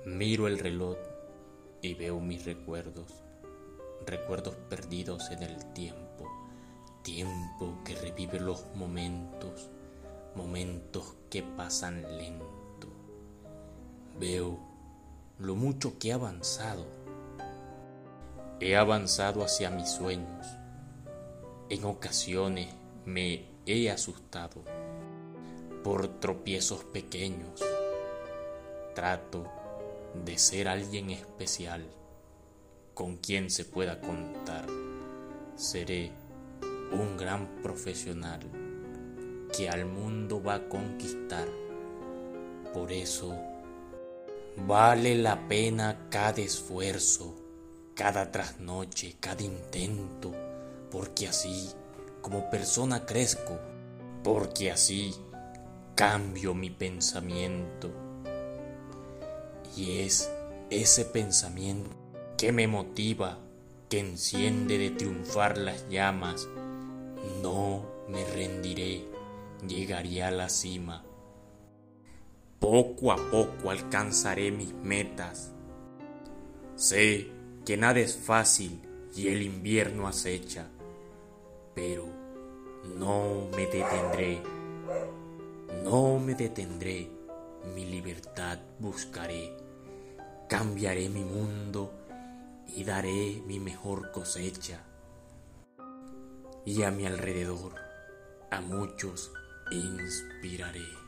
Miro el reloj y veo mis recuerdos, recuerdos perdidos en el tiempo, tiempo que revive los momentos, momentos que pasan lento. Veo lo mucho que he avanzado. He avanzado hacia mis sueños. En ocasiones me he asustado por tropiezos pequeños. Trato de ser alguien especial con quien se pueda contar. Seré un gran profesional que al mundo va a conquistar. Por eso vale la pena cada esfuerzo, cada trasnoche, cada intento, porque así como persona crezco, porque así cambio mi pensamiento. Y es ese pensamiento que me motiva, que enciende de triunfar las llamas. No me rendiré, llegaré a la cima. Poco a poco alcanzaré mis metas. Sé que nada es fácil y el invierno acecha, pero no me detendré, no me detendré, mi libertad buscaré, cambiaré mi mundo y daré mi mejor cosecha. Y a mi alrededor, a muchos inspiraré.